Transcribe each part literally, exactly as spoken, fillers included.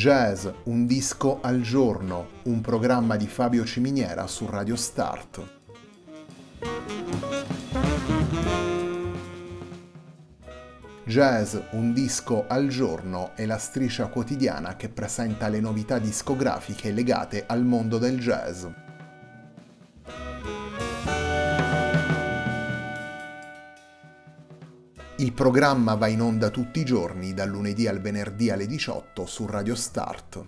Jazz, un disco al giorno, un programma di Fabio Ciminiera su Radio Start. Jazz, un disco al giorno è la striscia quotidiana che presenta le novità discografiche legate al mondo del jazz. Il programma va in onda tutti i giorni, dal lunedì al venerdì alle diciotto su Radio Start.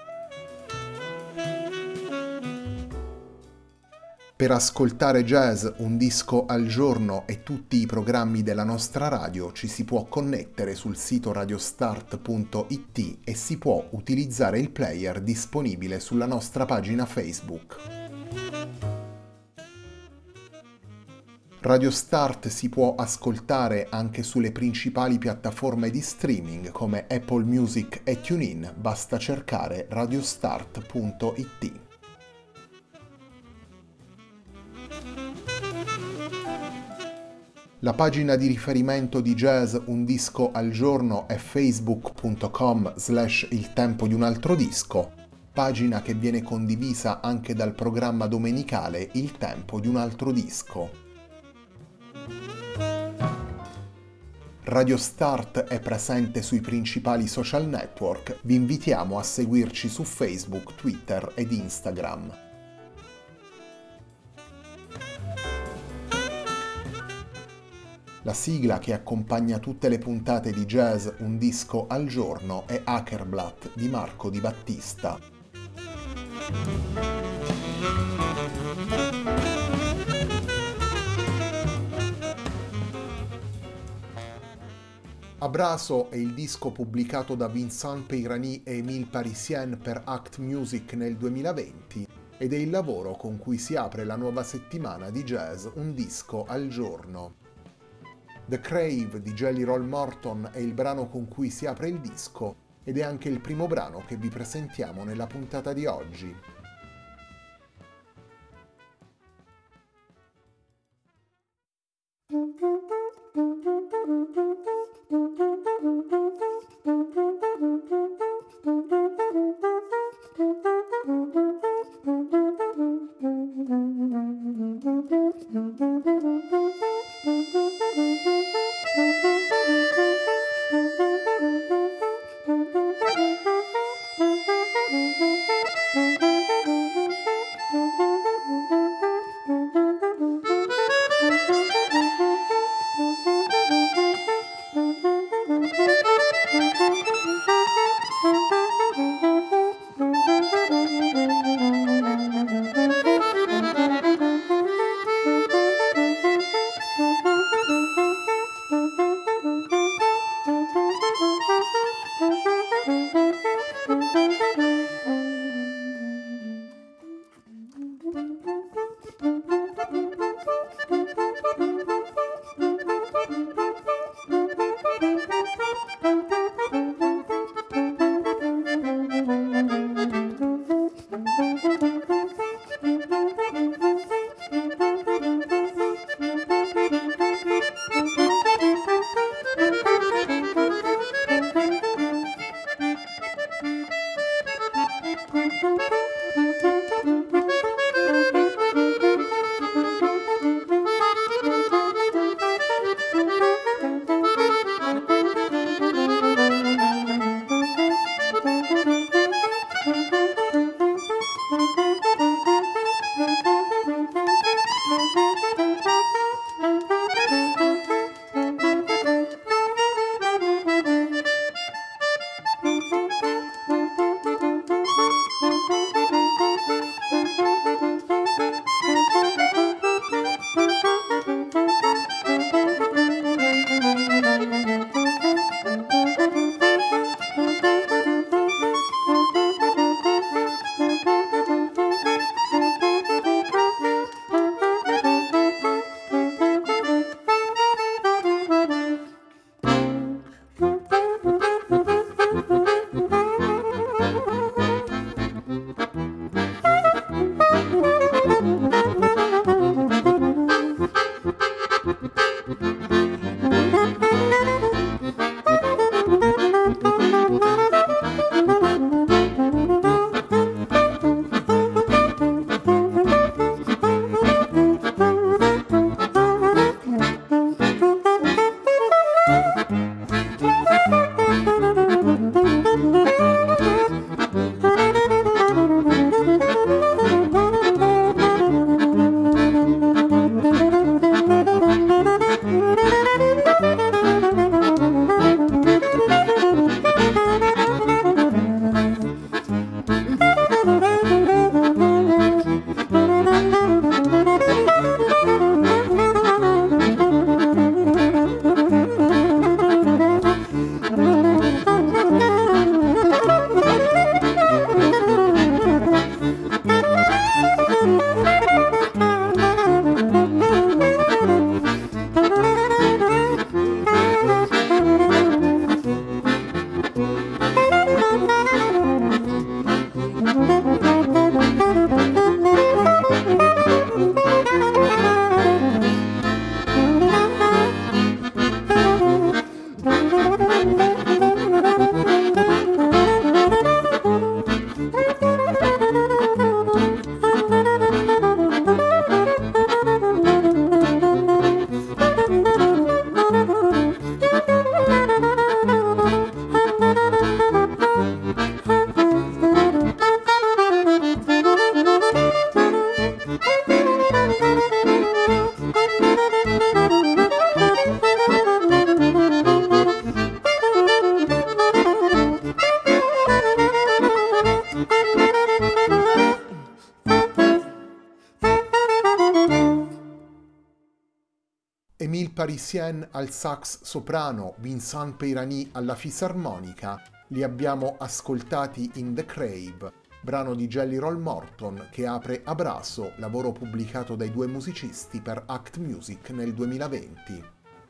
Per ascoltare Jazz, un disco al giorno e tutti i programmi della nostra radio ci si può connettere sul sito radiostart punto it e si può utilizzare il player disponibile sulla nostra pagina Facebook. Radio Start si può ascoltare anche sulle principali piattaforme di streaming come Apple Music e TuneIn, basta cercare radiostart punto it. La pagina di riferimento di Jazz Un Disco al Giorno è facebook punto com slash il tempo di un altro disco, pagina che viene condivisa anche dal programma domenicale Il tempo di un altro disco. Radio Start è presente sui principali social network, vi invitiamo a seguirci su Facebook, Twitter ed Instagram. La sigla che accompagna tutte le puntate di Jazz Un Disco al Giorno è Hackerblatt di Marco Di Battista. Abraso è il disco pubblicato da Vincent Peyrani e Émile Parisien per Act Music nel duemilaventi ed è il lavoro con cui si apre la nuova settimana di Jazz Un Disco al Giorno. The Crave di Jelly Roll Morton è il brano con cui si apre il disco ed è anche il primo brano che vi presentiamo nella puntata di oggi. Parisien al sax soprano, Vincent Peyrani alla fisarmonica, li abbiamo ascoltati in The Crave, brano di Jelly Roll Morton che apre Abraso, lavoro pubblicato dai due musicisti per Act Music nel duemilaventi.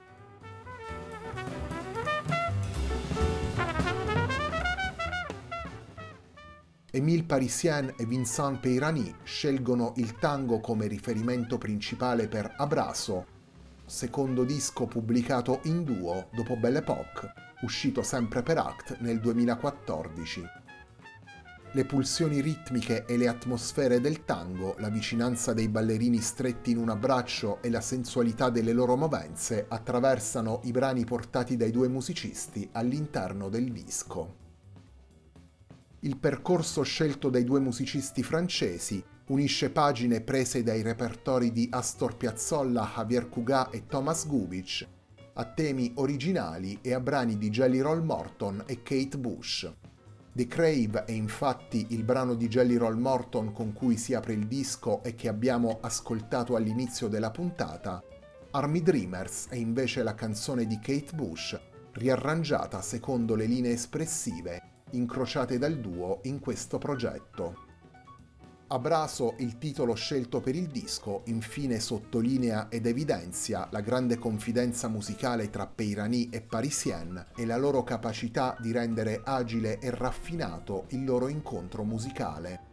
Émile Parisien e Vincent Peyrani scelgono il tango come riferimento principale per Abraso, secondo disco pubblicato in duo dopo Belle Époque, uscito sempre per Act nel duemilaquattordici. Le pulsioni ritmiche e le atmosfere del tango, la vicinanza dei ballerini stretti in un abbraccio e la sensualità delle loro movenze attraversano i brani portati dai due musicisti all'interno del disco. Il percorso scelto dai due musicisti francesi unisce pagine prese dai repertori di Astor Piazzolla, Javier Cugat e Thomas Gubitsch a temi originali e a brani di Jelly Roll Morton e Kate Bush. The Crave è infatti il brano di Jelly Roll Morton con cui si apre il disco e che abbiamo ascoltato all'inizio della puntata. Army Dreamers è invece la canzone di Kate Bush, riarrangiata secondo le linee espressive incrociate dal duo in questo progetto. Abraso, il titolo scelto per il disco, infine sottolinea ed evidenzia la grande confidenza musicale tra Peyrani e Parisien e la loro capacità di rendere agile e raffinato il loro incontro musicale.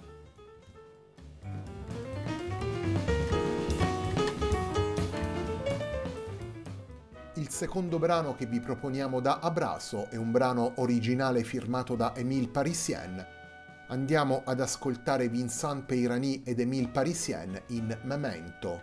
Il secondo brano che vi proponiamo da Abraso è un brano originale firmato da Émile Parisien. Andiamo ad ascoltare Vincent Peyrani ed Émile Parisien in Memento.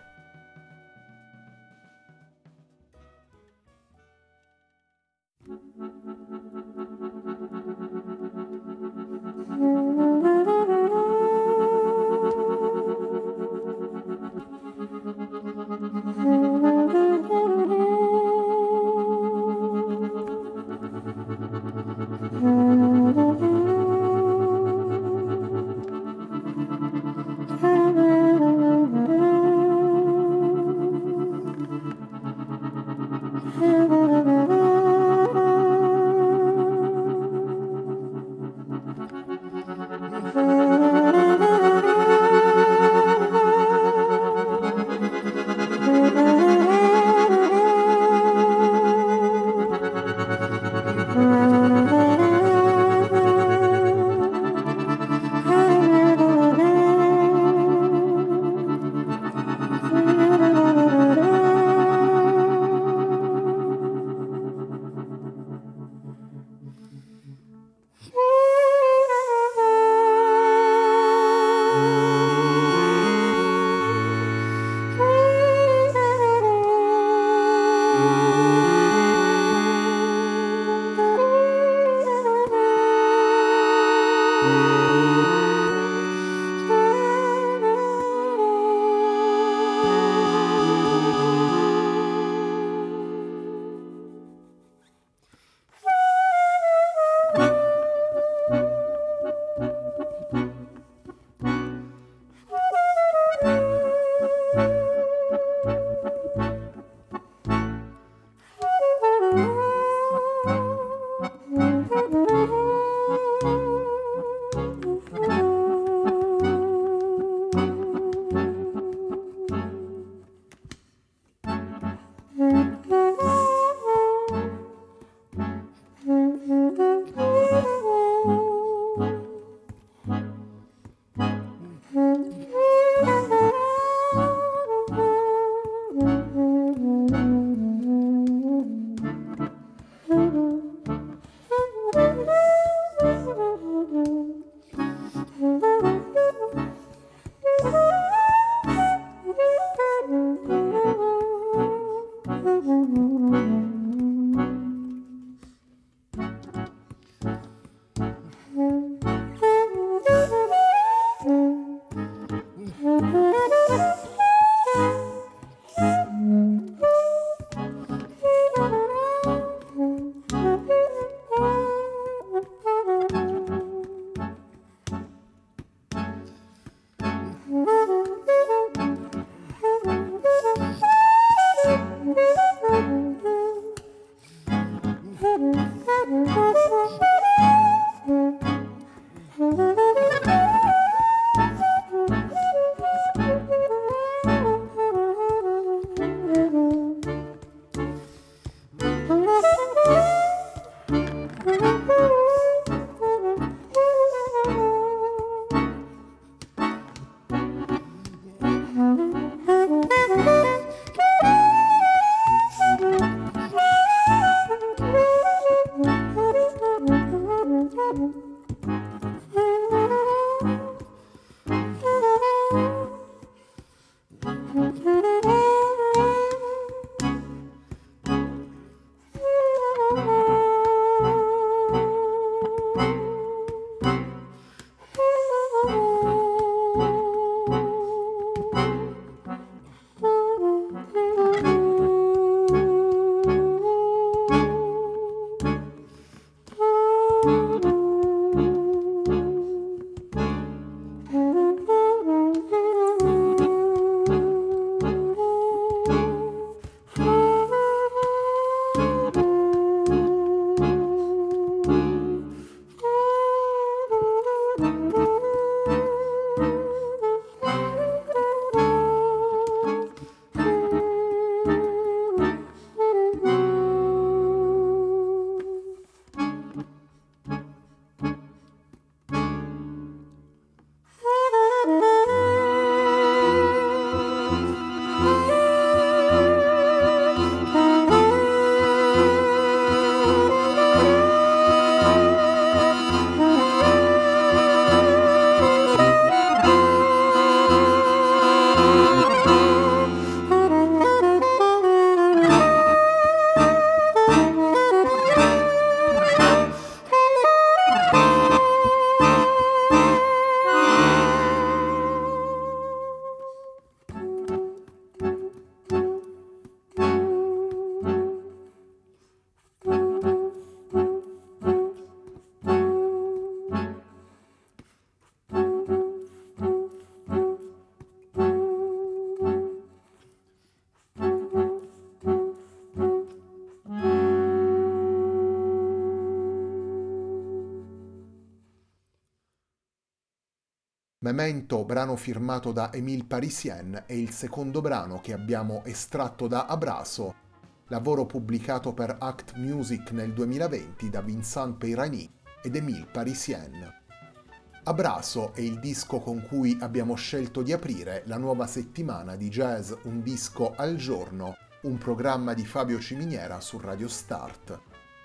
Memento, brano firmato da Émile Parisien, è il secondo brano che abbiamo estratto da Abraso, lavoro pubblicato per Act Music nel duemilaventi da Vincent Peyrani ed Émile Parisien. Abraso è il disco con cui abbiamo scelto di aprire la nuova settimana di Jazz Un disco al giorno, un programma di Fabio Ciminiera su Radio Start.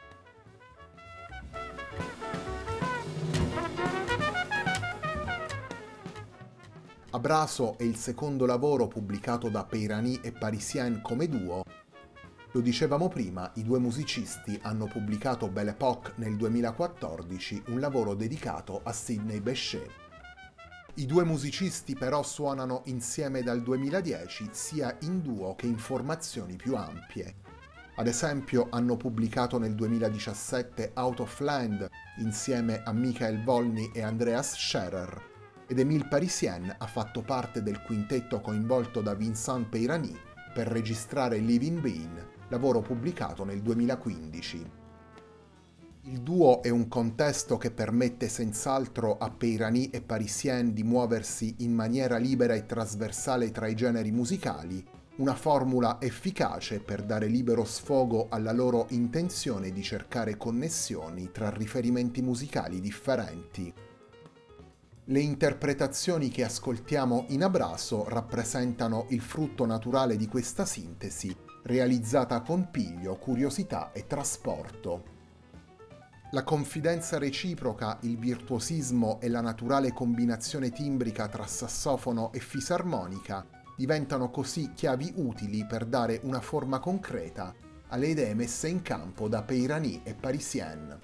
Abraso è il secondo lavoro pubblicato da Peyrani e Parisien come duo. Lo dicevamo prima, i due musicisti hanno pubblicato Belle Époque nel duemilaquattordici, un lavoro dedicato a Sidney Bechet. I due musicisti però suonano insieme dal duemiladieci, sia in duo che in formazioni più ampie. Ad esempio hanno pubblicato nel duemiladiciassette Out of Land insieme a Michael Volny e Andreas Scherer, ed Émile Parisien ha fatto parte del quintetto coinvolto da Vincent Peyrani per registrare Living Being, lavoro pubblicato nel duemilaquindici. Il duo è un contesto che permette senz'altro a Peyrani e Parisien di muoversi in maniera libera e trasversale tra i generi musicali, una formula efficace per dare libero sfogo alla loro intenzione di cercare connessioni tra riferimenti musicali differenti. Le interpretazioni che ascoltiamo in Abraso rappresentano il frutto naturale di questa sintesi, realizzata con piglio, curiosità e trasporto. La confidenza reciproca, il virtuosismo e la naturale combinazione timbrica tra sassofono e fisarmonica diventano così chiavi utili per dare una forma concreta alle idee messe in campo da Peyrani e Parisien.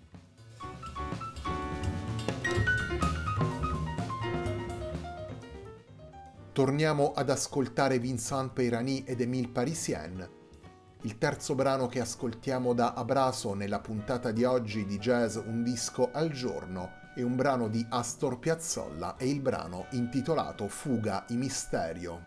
Torniamo ad ascoltare Vincent Peyrani ed Émile Parisien. Il terzo brano che ascoltiamo da Abraso nella puntata di oggi di Jazz Un disco al giorno è un brano di Astor Piazzolla e il brano intitolato Fuga y Misterio.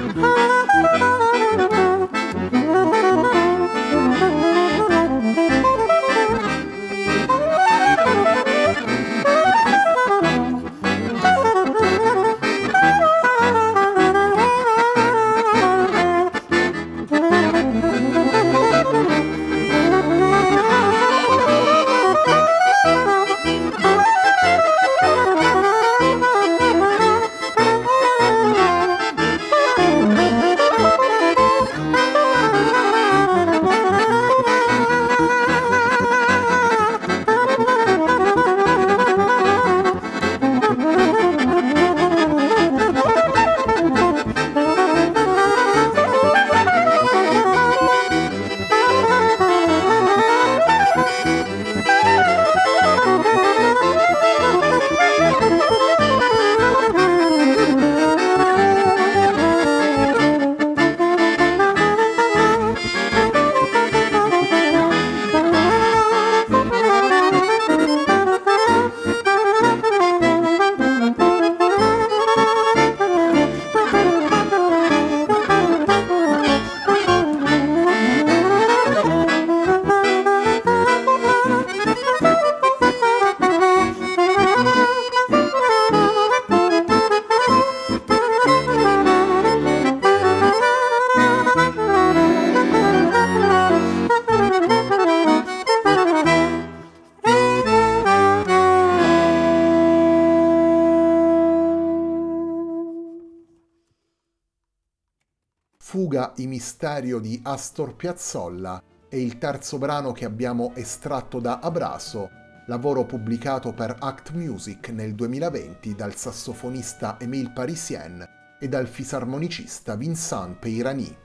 Fuga i Misterio di Astor Piazzolla è il terzo brano che abbiamo estratto da Abraso, lavoro pubblicato per Act Music nel duemilaventi dal sassofonista Émile Parisien e dal fisarmonicista Vincent Peyrani.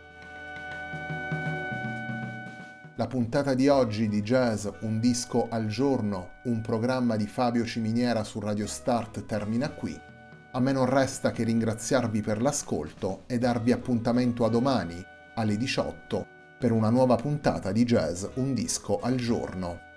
La puntata di oggi di Jazz Un disco al giorno, un programma di Fabio Ciminiera su Radio Start termina qui. A me non resta che ringraziarvi per l'ascolto e darvi appuntamento a domani alle diciotto per una nuova puntata di Jazz Un disco al giorno.